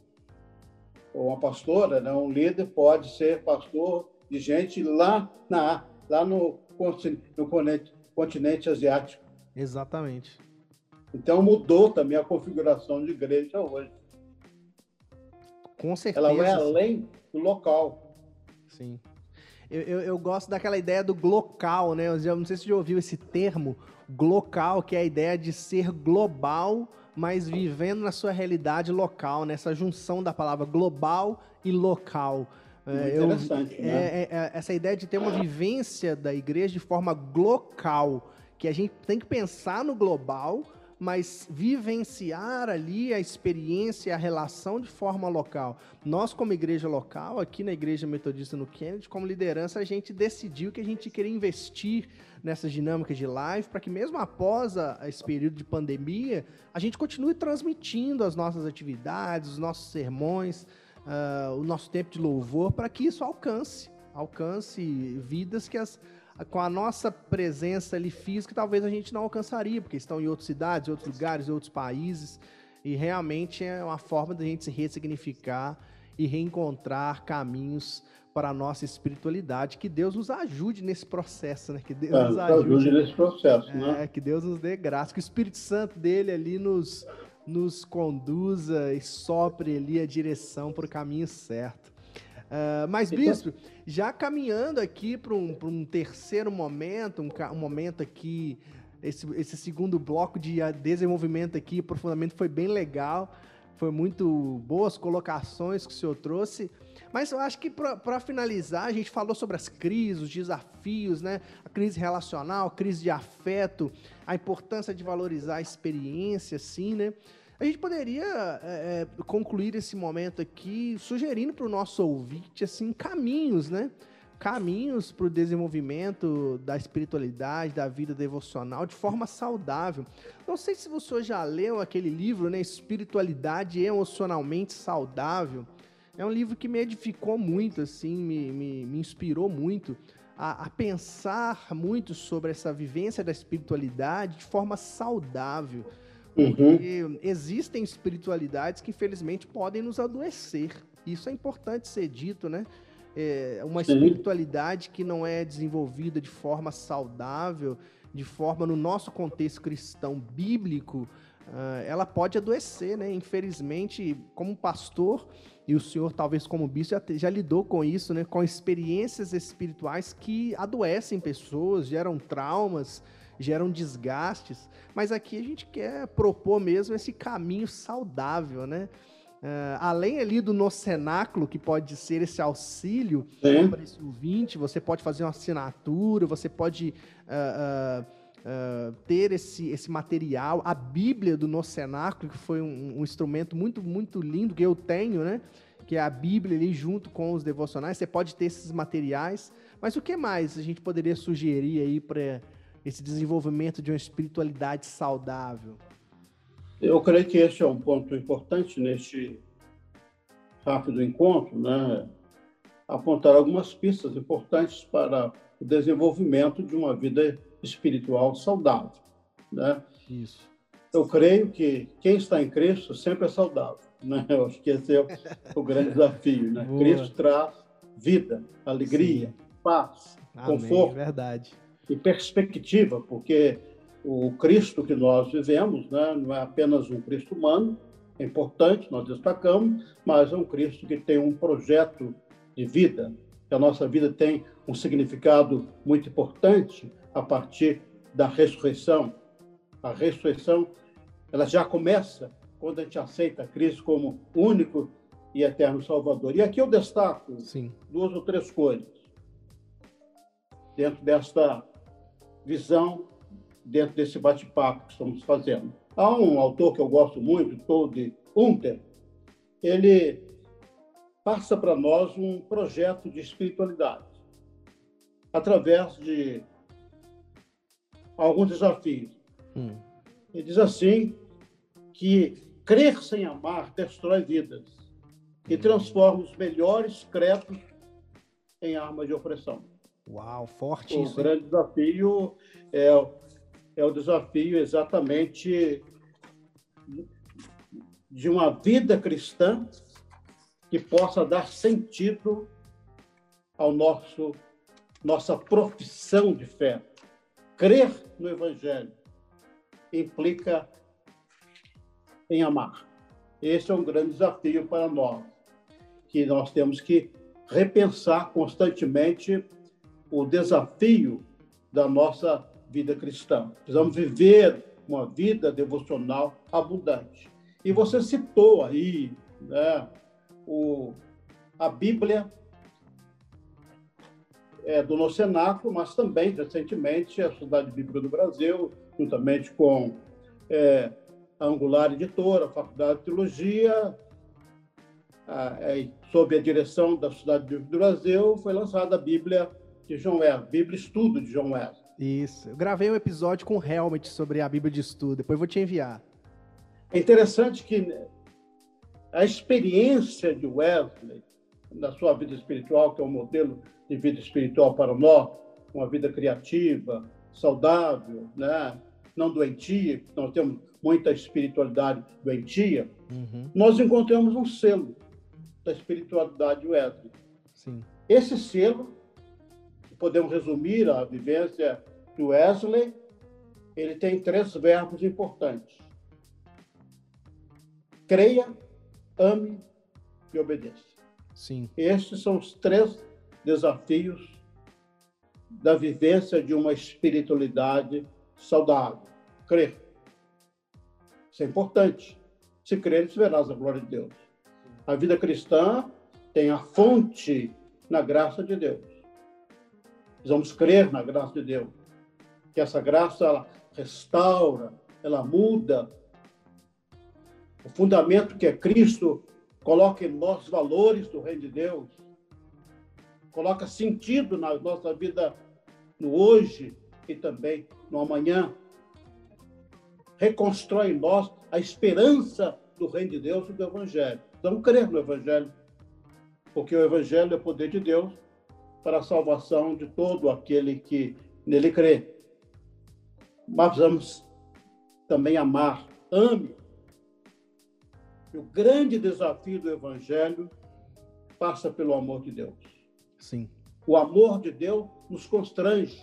ou uma pastora, né, um líder, pode ser pastor de gente lá, na, lá no, no continente, continente asiático. Exatamente. Então, mudou também a configuração de igreja hoje. Com certeza. Ela vai além do local. Sim. Eu, eu, eu gosto daquela ideia do glocal, né? Eu já, não sei se você já ouviu esse termo, glocal, que é a ideia de ser global, mas vivendo na sua realidade local, nessa junção da palavra global e local. É, interessante, eu, né? É, é, essa ideia de ter uma vivência da igreja de forma glocal, que a gente tem que pensar no global, mas vivenciar ali a experiência, a relação de forma local. Nós, como igreja local, aqui na Igreja Metodista no Kennedy, como liderança, a gente decidiu que a gente queria investir nessas dinâmicas de live, para que mesmo após a, esse período de pandemia, a gente continue transmitindo as nossas atividades, os nossos sermões, uh, o nosso tempo de louvor, para que isso alcance, alcance vidas que as... com a nossa presença ali física, talvez a gente não alcançaria, porque estão em outras cidades, em outros lugares, em outros países, e realmente é uma forma da gente se ressignificar e reencontrar caminhos para a nossa espiritualidade. Que Deus nos ajude nesse processo, né? Que Deus é, nos ajude, ajude nesse processo, é, né? Que Deus nos dê graça, que o Espírito Santo dele ali nos, nos conduza e sopre ali a direção para o caminho certo. Uh, mas, bispo, já caminhando aqui para um, para um terceiro momento, um, um momento aqui, esse, esse segundo bloco de desenvolvimento aqui, aprofundamento foi bem legal, foi muito boas colocações que o senhor trouxe, mas eu acho que para finalizar, a gente falou sobre as crises, os desafios, né? A crise relacional, a crise de afeto, a importância de valorizar a experiência, assim, né? A gente poderia é, concluir esse momento aqui sugerindo para o nosso ouvinte assim, caminhos, né? Caminhos para o desenvolvimento da espiritualidade, da vida devocional de forma saudável. Não sei se você já leu aquele livro, né? Espiritualidade Emocionalmente Saudável. É um livro que me edificou muito, assim, me, me, me inspirou muito a, a pensar muito sobre essa vivência da espiritualidade de forma saudável. Porque uhum. existem espiritualidades que, infelizmente, podem nos adoecer. Isso é importante ser dito, né? É uma Sim. espiritualidade que não é desenvolvida de forma saudável, de forma, no nosso contexto cristão bíblico, uh, ela pode adoecer, né? Infelizmente, como pastor, e o senhor, talvez como bispo, já, já lidou com isso, né? Com experiências espirituais que adoecem pessoas, geram traumas, geram desgastes, mas aqui a gente quer propor mesmo esse caminho saudável, né? Uh, além ali do nosso cenáculo, que pode ser esse auxílio para esse ouvinte, você pode fazer uma assinatura, você pode uh, uh, uh, ter esse, esse material, a Bíblia do nosso cenáculo, que foi um, um instrumento muito, muito lindo que eu tenho, né? Que é a Bíblia ali junto com os devocionais, você pode ter esses materiais, mas o que mais a gente poderia sugerir aí para esse desenvolvimento de uma espiritualidade saudável? Eu creio que esse é um ponto importante neste rápido encontro, né? Apontar algumas pistas importantes para o desenvolvimento de uma vida espiritual saudável, né? Isso. Eu creio que quem está em Cristo sempre é saudável, né? Eu acho que esse é o, o grande desafio, né? Cristo traz vida, alegria, Sim. paz, Amém, conforto. Verdade. e perspectiva, porque o Cristo que nós vivemos, né, não é apenas um Cristo humano, é importante, nós destacamos, mas é um Cristo que tem um projeto de vida, que a nossa vida tem um significado muito importante a partir da ressurreição. A ressurreição, ela já começa quando a gente aceita Cristo como único e eterno Salvador. E aqui eu destaco Sim. duas ou três coisas dentro desta visão, dentro desse bate-papo que estamos fazendo. Há um autor que eu gosto muito, Todd Hunter, ele passa para nós um projeto de espiritualidade através de alguns desafios. Hum. Ele diz assim que crer sem amar destrói vidas e transforma os melhores credos em arma de opressão. Uau, forte o isso. O grande hein? desafio é, é o desafio exatamente de uma vida cristã que possa dar sentido ao nosso nossa profissão de fé. Crer no Evangelho implica em amar. Esse é um grande desafio para nós, que nós temos que repensar constantemente o desafio da nossa vida cristã. Precisamos viver uma vida devocional abundante. E você citou aí, né, o, a Bíblia é, do nosso cenáculo, mas também, recentemente, a Sociedade Bíblica do Brasil, juntamente com é, a Angular Editora, a Faculdade de Teologia, a, é, sob a direção da Sociedade Bíblica do Brasil, foi lançada a Bíblia de John Wesley, Bíblia Estudo de John Wesley. Isso. Eu gravei um episódio com o Helmut sobre a Bíblia de Estudo, depois vou te enviar. É interessante que a experiência de Wesley, na sua vida espiritual, que é um modelo de vida espiritual para nós, uma vida criativa, saudável, né? Não doentia, nós temos muita espiritualidade doentia, uhum. Nós encontramos um selo da espiritualidade de Wesley. Sim. Esse selo, podemos resumir a vivência de Wesley, ele tem três verbos importantes. Creia, ame e obedeça. Sim. Estes são os três desafios da vivência de uma espiritualidade saudável. Crer. Isso é importante. Se crer, verás a glória de Deus. A vida cristã tem a fonte na graça de Deus. Precisamos crer na graça de Deus. Que essa graça, ela restaura, ela muda. O fundamento que é Cristo coloca em nós os valores do Reino de Deus. Coloca sentido na nossa vida no hoje e também no amanhã. Reconstrói em nós a esperança do Reino de Deus e do Evangelho. Então, crer no Evangelho, porque o Evangelho é o poder de Deus para a salvação de todo aquele que nele crê. Mas precisamos também amar. Ame. E o grande desafio do Evangelho passa pelo amor de Deus. Sim. O amor de Deus nos constrange.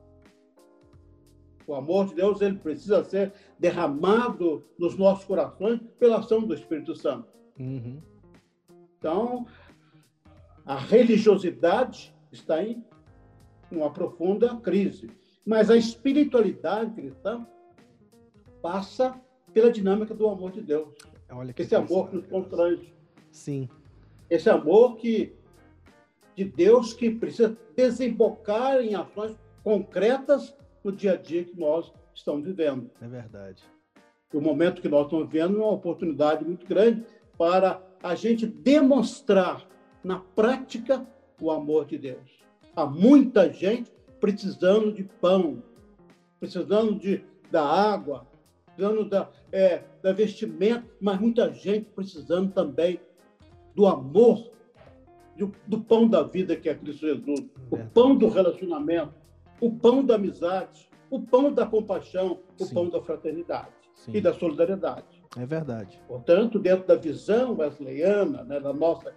O amor de Deus, ele precisa ser derramado nos nossos corações pela ação do Espírito Santo. Uhum. Então, a religiosidade está em uma profunda crise. Mas a espiritualidade cristã passa pela dinâmica do amor de Deus. Olha que esse amor que nos constrange. Sim. Esse amor que, de Deus que precisa desembocar em ações concretas no dia a dia que nós estamos vivendo. É verdade. O momento que nós estamos vivendo é uma oportunidade muito grande para a gente demonstrar na prática o amor de Deus. Há muita gente precisando de pão, precisando de, da água, precisando da, é, da vestimenta, mas muita gente precisando também do amor, do, do pão da vida que é Cristo Jesus, é. O pão do relacionamento, o pão da amizade, o pão da compaixão, o Sim. pão da fraternidade Sim. e da solidariedade. É verdade. Portanto, dentro da visão wesleyana, né, da nossa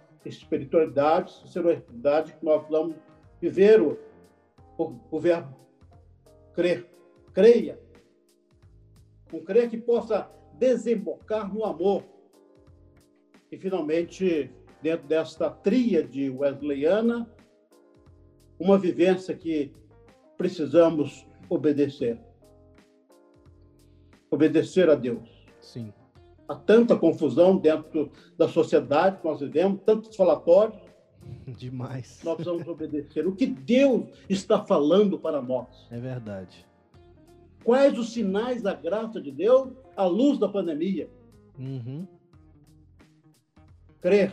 espiritualidade, sinceridade que nós vamos viver o, o, o verbo crer. Creia. Um crer que possa desembocar no amor. E, finalmente, dentro desta tríade wesleyana, uma vivência que precisamos obedecer. Obedecer a Deus. Sim. Há tanta confusão dentro da sociedade que nós vivemos, tantos falatórios. Demais. Nós precisamos obedecer. O que Deus está falando para nós? É verdade. Quais os sinais da graça de Deus à luz da pandemia? Uhum. Crer.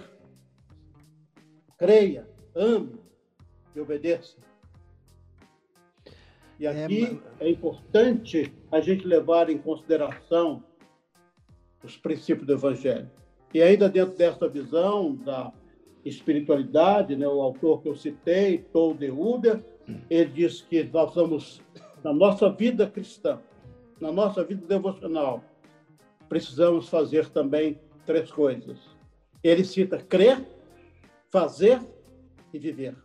Creia, ame e obedeça. E aqui é, é importante a gente levar em consideração os princípios do Evangelho. E ainda dentro dessa visão da espiritualidade, né, o autor que eu citei, Paul de Huber, ele diz que nós vamos, na nossa vida cristã, na nossa vida devocional, precisamos fazer também três coisas. Ele cita crer, fazer e viver.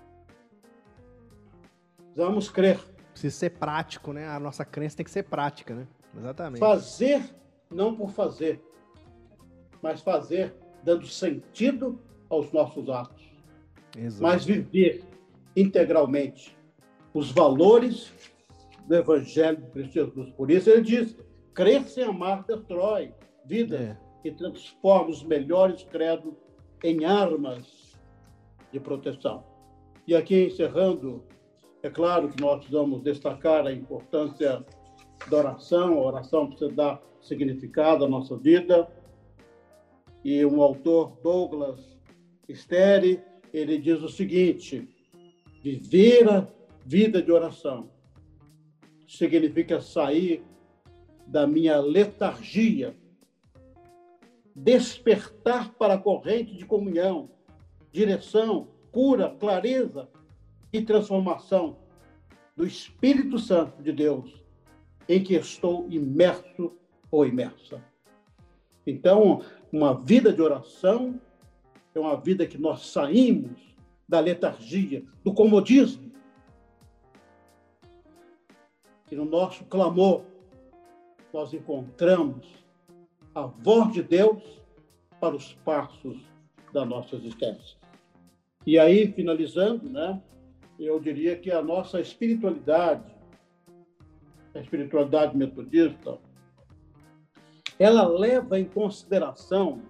Precisamos crer. Precisa ser prático, né? A nossa crença tem que ser prática, né? Exatamente. Fazer não por fazer, mas fazer dando sentido aos nossos atos. Exato. Mas viver integralmente os valores do Evangelho de Cristo Jesus. Por isso ele diz, crer sem amar destrói vidas é. e transforma os melhores credos em armas de proteção. E aqui, encerrando, é claro que nós precisamos destacar a importância da oração. A oração precisa dar significado à nossa vida. E um autor, Douglas Steri, ele diz o seguinte, viver a vida de oração significa sair da minha letargia, despertar para a corrente de comunhão, direção, cura, clareza e transformação do Espírito Santo de Deus em que estou imerso ou imersa. Então, uma vida de oração é uma vida que nós saímos da letargia, do comodismo. E no nosso clamor, nós encontramos a voz de Deus para os passos da nossa existência. E aí, finalizando, né, eu diria que a nossa espiritualidade, a espiritualidade metodista, ela leva em consideração,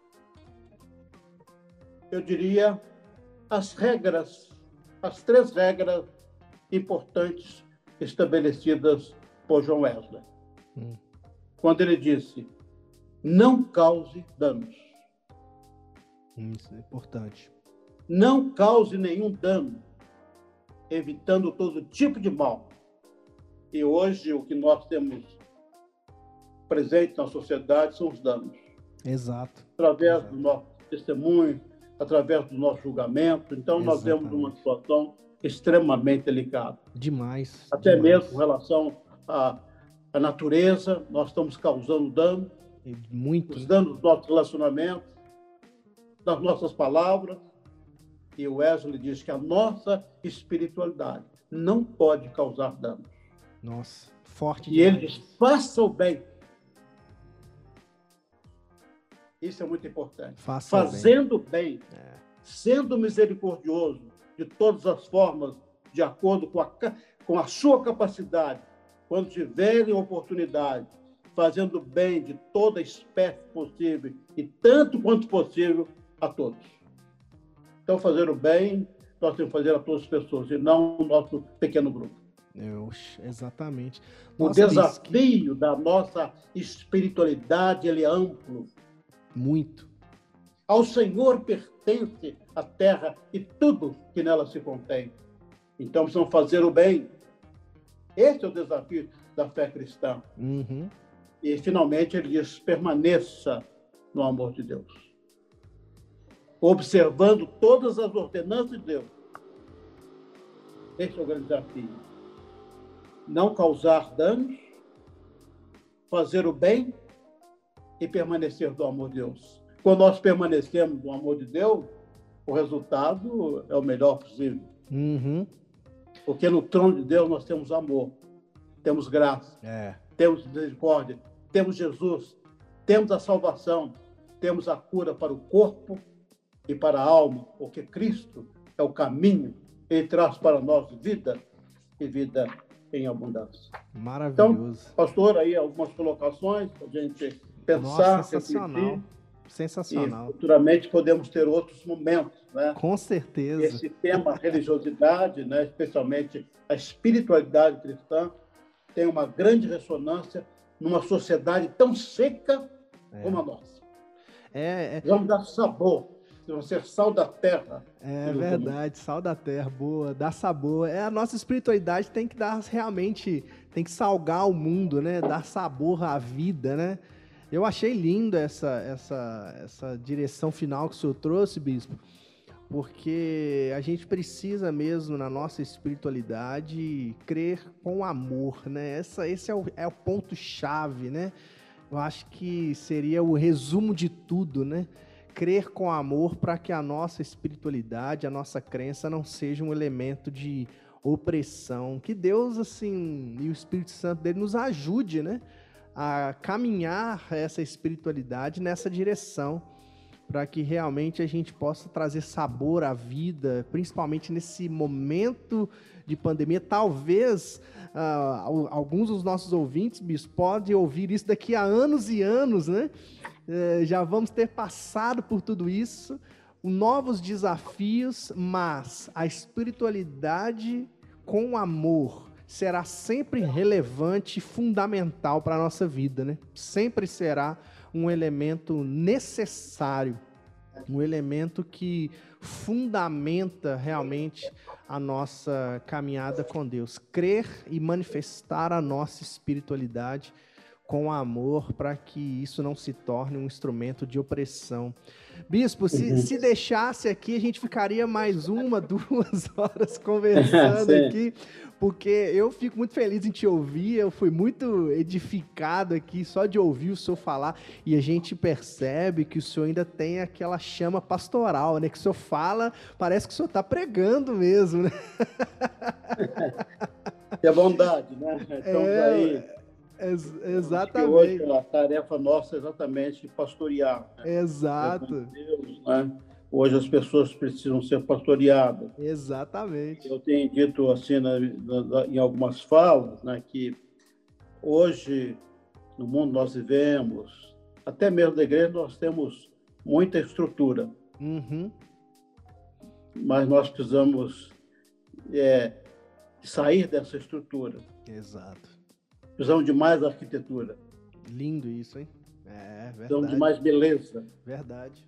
eu diria, as regras, as três regras importantes estabelecidas por John Wesley. Hum. Quando ele disse, não cause danos. Isso é importante. Não cause nenhum dano, evitando todo tipo de mal. E hoje o que nós temos presente na sociedade são os danos. Exato. Através Exato. do nosso testemunho, através do nosso julgamento. Então, nós Exatamente. temos uma situação extremamente delicada. Demais. Até demais. mesmo com relação à, à natureza, nós estamos causando dano. Muito. Os danos dos nossos relacionamentos, das nossas palavras. E o Wesley diz que a nossa espiritualidade não pode causar dano. Nossa, forte E demais. ele diz, faça o bem. Isso é muito importante. Faça Fazendo bem, bem é. sendo misericordioso de todas as formas, de acordo com a, com a sua capacidade, quando tiverem oportunidade, fazendo bem de toda espécie possível e tanto quanto possível a todos. Então, fazer o bem, nós temos que fazer a todas as pessoas, e não o nosso pequeno grupo. Eu, exatamente. O Nossa, desafio da nossa espiritualidade, ele é amplo. Muito. Ao Senhor pertence a terra e tudo que nela se contém. Então, precisamos fazer o bem. Esse é o desafio da fé cristã. Uhum. E, finalmente, ele diz, permaneça no amor de Deus. Observando todas as ordenanças de Deus. Esse é o grande desafio. Não causar danos, fazer o bem e permanecer no amor de Deus. Quando nós permanecemos no amor de Deus, o resultado é o melhor possível. Uhum. Porque no trono de Deus nós temos amor. temos graça, É. temos misericórdia, temos Jesus, temos a salvação, temos a cura para o corpo e para a alma, porque Cristo é o caminho, Ele traz para nós vida e vida em abundância. Maravilhoso. Então, pastor, aí algumas colocações para a gente pensar, Nossa, sensacional. refletir, Sensacional. e futuramente podemos ter outros momentos, né? Com certeza. Esse tema religiosidade, né, especialmente a espiritualidade cristã, tem uma grande ressonância numa sociedade tão seca É. como a nossa. É, é, Vamos dar sabor, vamos ser sal da terra. é verdade, sal da terra, boa, dá sabor. É, a nossa espiritualidade tem que dar realmente, tem que salgar o mundo, né? Dar sabor à vida, né? Eu achei lindo essa, essa, essa direção final que o senhor trouxe, bispo, porque a gente precisa mesmo, na nossa espiritualidade, crer com amor, né? Essa, esse é o, é o ponto-chave, né? Eu acho que seria o resumo de tudo, né? Crer com amor para que a nossa espiritualidade, a nossa crença não seja um elemento de opressão. Que Deus, assim, e o Espírito Santo dele nos ajude, né? A caminhar essa espiritualidade nessa direção, para que realmente a gente possa trazer sabor à vida, principalmente nesse momento de pandemia. Talvez ah, alguns dos nossos ouvintes, bispo, podem ouvir isso daqui a anos e anos, né? Eh, já vamos ter passado por tudo isso, novos desafios, mas a espiritualidade com amor será sempre relevante e fundamental para a nossa vida, né? Sempre será um elemento necessário, um elemento que fundamenta realmente a nossa caminhada com Deus. Crer e manifestar a nossa espiritualidade com amor, para que isso não se torne um instrumento de opressão. Bispo, se, se deixasse aqui, a gente ficaria mais uma, duas horas conversando aqui, porque eu fico muito feliz em te ouvir, eu fui muito edificado aqui só de ouvir o senhor falar, e a gente percebe que o senhor ainda tem aquela chama pastoral, né? Que o senhor fala, parece que o senhor está pregando mesmo, né? É bondade, né? Estamos é... aí... Ex- exatamente. Hoje a tarefa nossa é exatamente pastorear. Né? Exato. Deus, né? Hoje as pessoas precisam ser pastoreadas. Exatamente. Eu tenho dito assim na, na, em algumas falas, né, que hoje no mundo nós vivemos, até mesmo da igreja, nós temos muita estrutura. Uhum. Mas nós precisamos é, sair dessa estrutura. Exato. Precisamos de mais arquitetura. Lindo isso, hein? É, verdade. Precisamos de mais beleza. Verdade.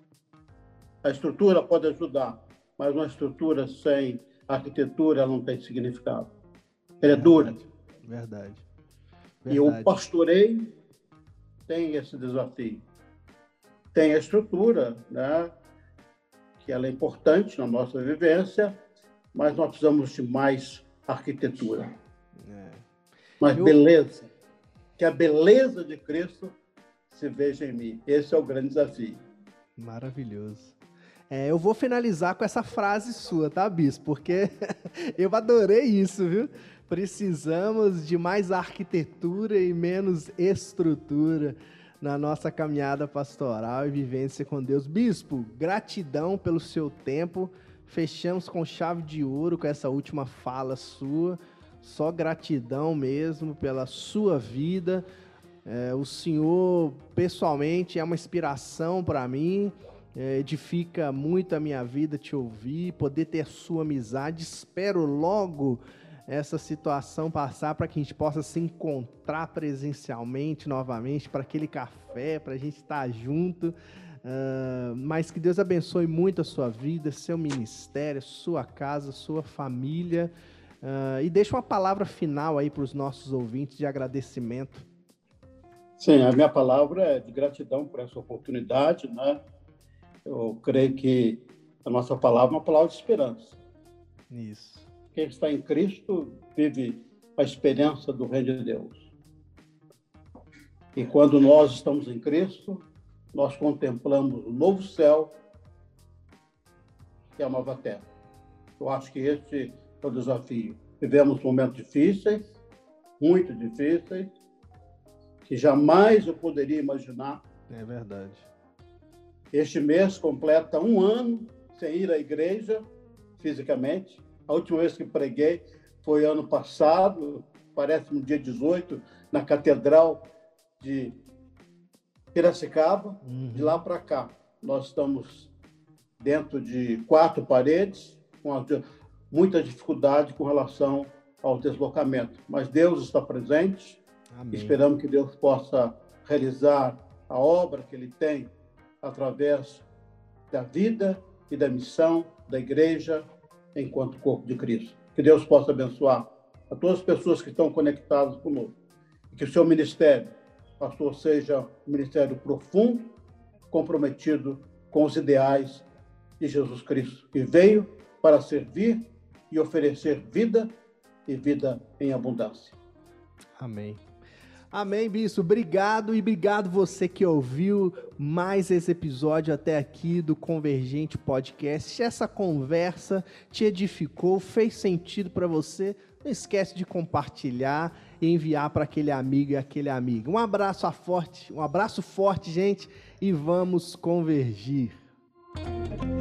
A estrutura pode ajudar, mas uma estrutura sem arquitetura ela não tem significado. Ela é verdade. dura. Verdade. E o pastoreio tem esse desafio. Tem a estrutura, né? Que ela é importante na nossa vivência, mas nós precisamos de mais arquitetura. É. Mas Eu... beleza, que a beleza de Cristo se veja em mim. Esse é o grande desafio. Maravilhoso. É, eu vou finalizar com essa frase sua, tá, bispo? Porque eu adorei isso, viu? Precisamos de mais arquitetura e menos estrutura na nossa caminhada pastoral e vivência com Deus. Bispo, gratidão pelo seu tempo. Fechamos com chave de ouro com essa última fala sua. Só gratidão mesmo pela sua vida. É, o senhor, pessoalmente, é uma inspiração para mim. É, edifica muito a minha vida te ouvir, poder ter sua amizade. Espero logo essa situação passar para que a gente possa se encontrar presencialmente novamente, para aquele café, para a gente estar junto. Uh, mas que Deus abençoe muito a sua vida, seu ministério, sua casa, sua família. Uh, e deixa uma palavra final aí para os nossos ouvintes de agradecimento. Sim, a minha palavra é de gratidão por essa oportunidade, né? Eu creio que a nossa palavra é uma palavra de esperança. Isso. Quem está em Cristo vive a experiência do Reino de Deus. E quando nós estamos em Cristo, nós contemplamos o novo céu e a nova terra. Eu acho que este é o desafio. Vivemos momentos difíceis, muito difíceis, que jamais eu poderia imaginar. É verdade. Este mês completa um ano sem ir à igreja fisicamente. A última vez que preguei foi ano passado, parece no dia dezoito, na Catedral de Piracicaba. Uhum. De lá para cá, nós estamos dentro de quatro paredes, com muita dificuldade com relação ao deslocamento. Mas Deus está presente. Amém. Esperamos que Deus possa realizar a obra que Ele tem através da vida e da missão da igreja enquanto corpo de Cristo. Que Deus possa abençoar a todas as pessoas que estão conectadas conosco. E que o seu ministério, pastor, seja um ministério profundo, comprometido com os ideais de Jesus Cristo, que veio para servir e oferecer vida e vida em abundância. Amém. Amém, Bispo. Obrigado e obrigado você que ouviu mais esse episódio até aqui do Convergente Podcast. Se essa conversa te edificou, fez sentido para você, não esquece de compartilhar e enviar para aquele amigo e aquele amigo. Um abraço forte, um abraço forte, gente, e vamos convergir.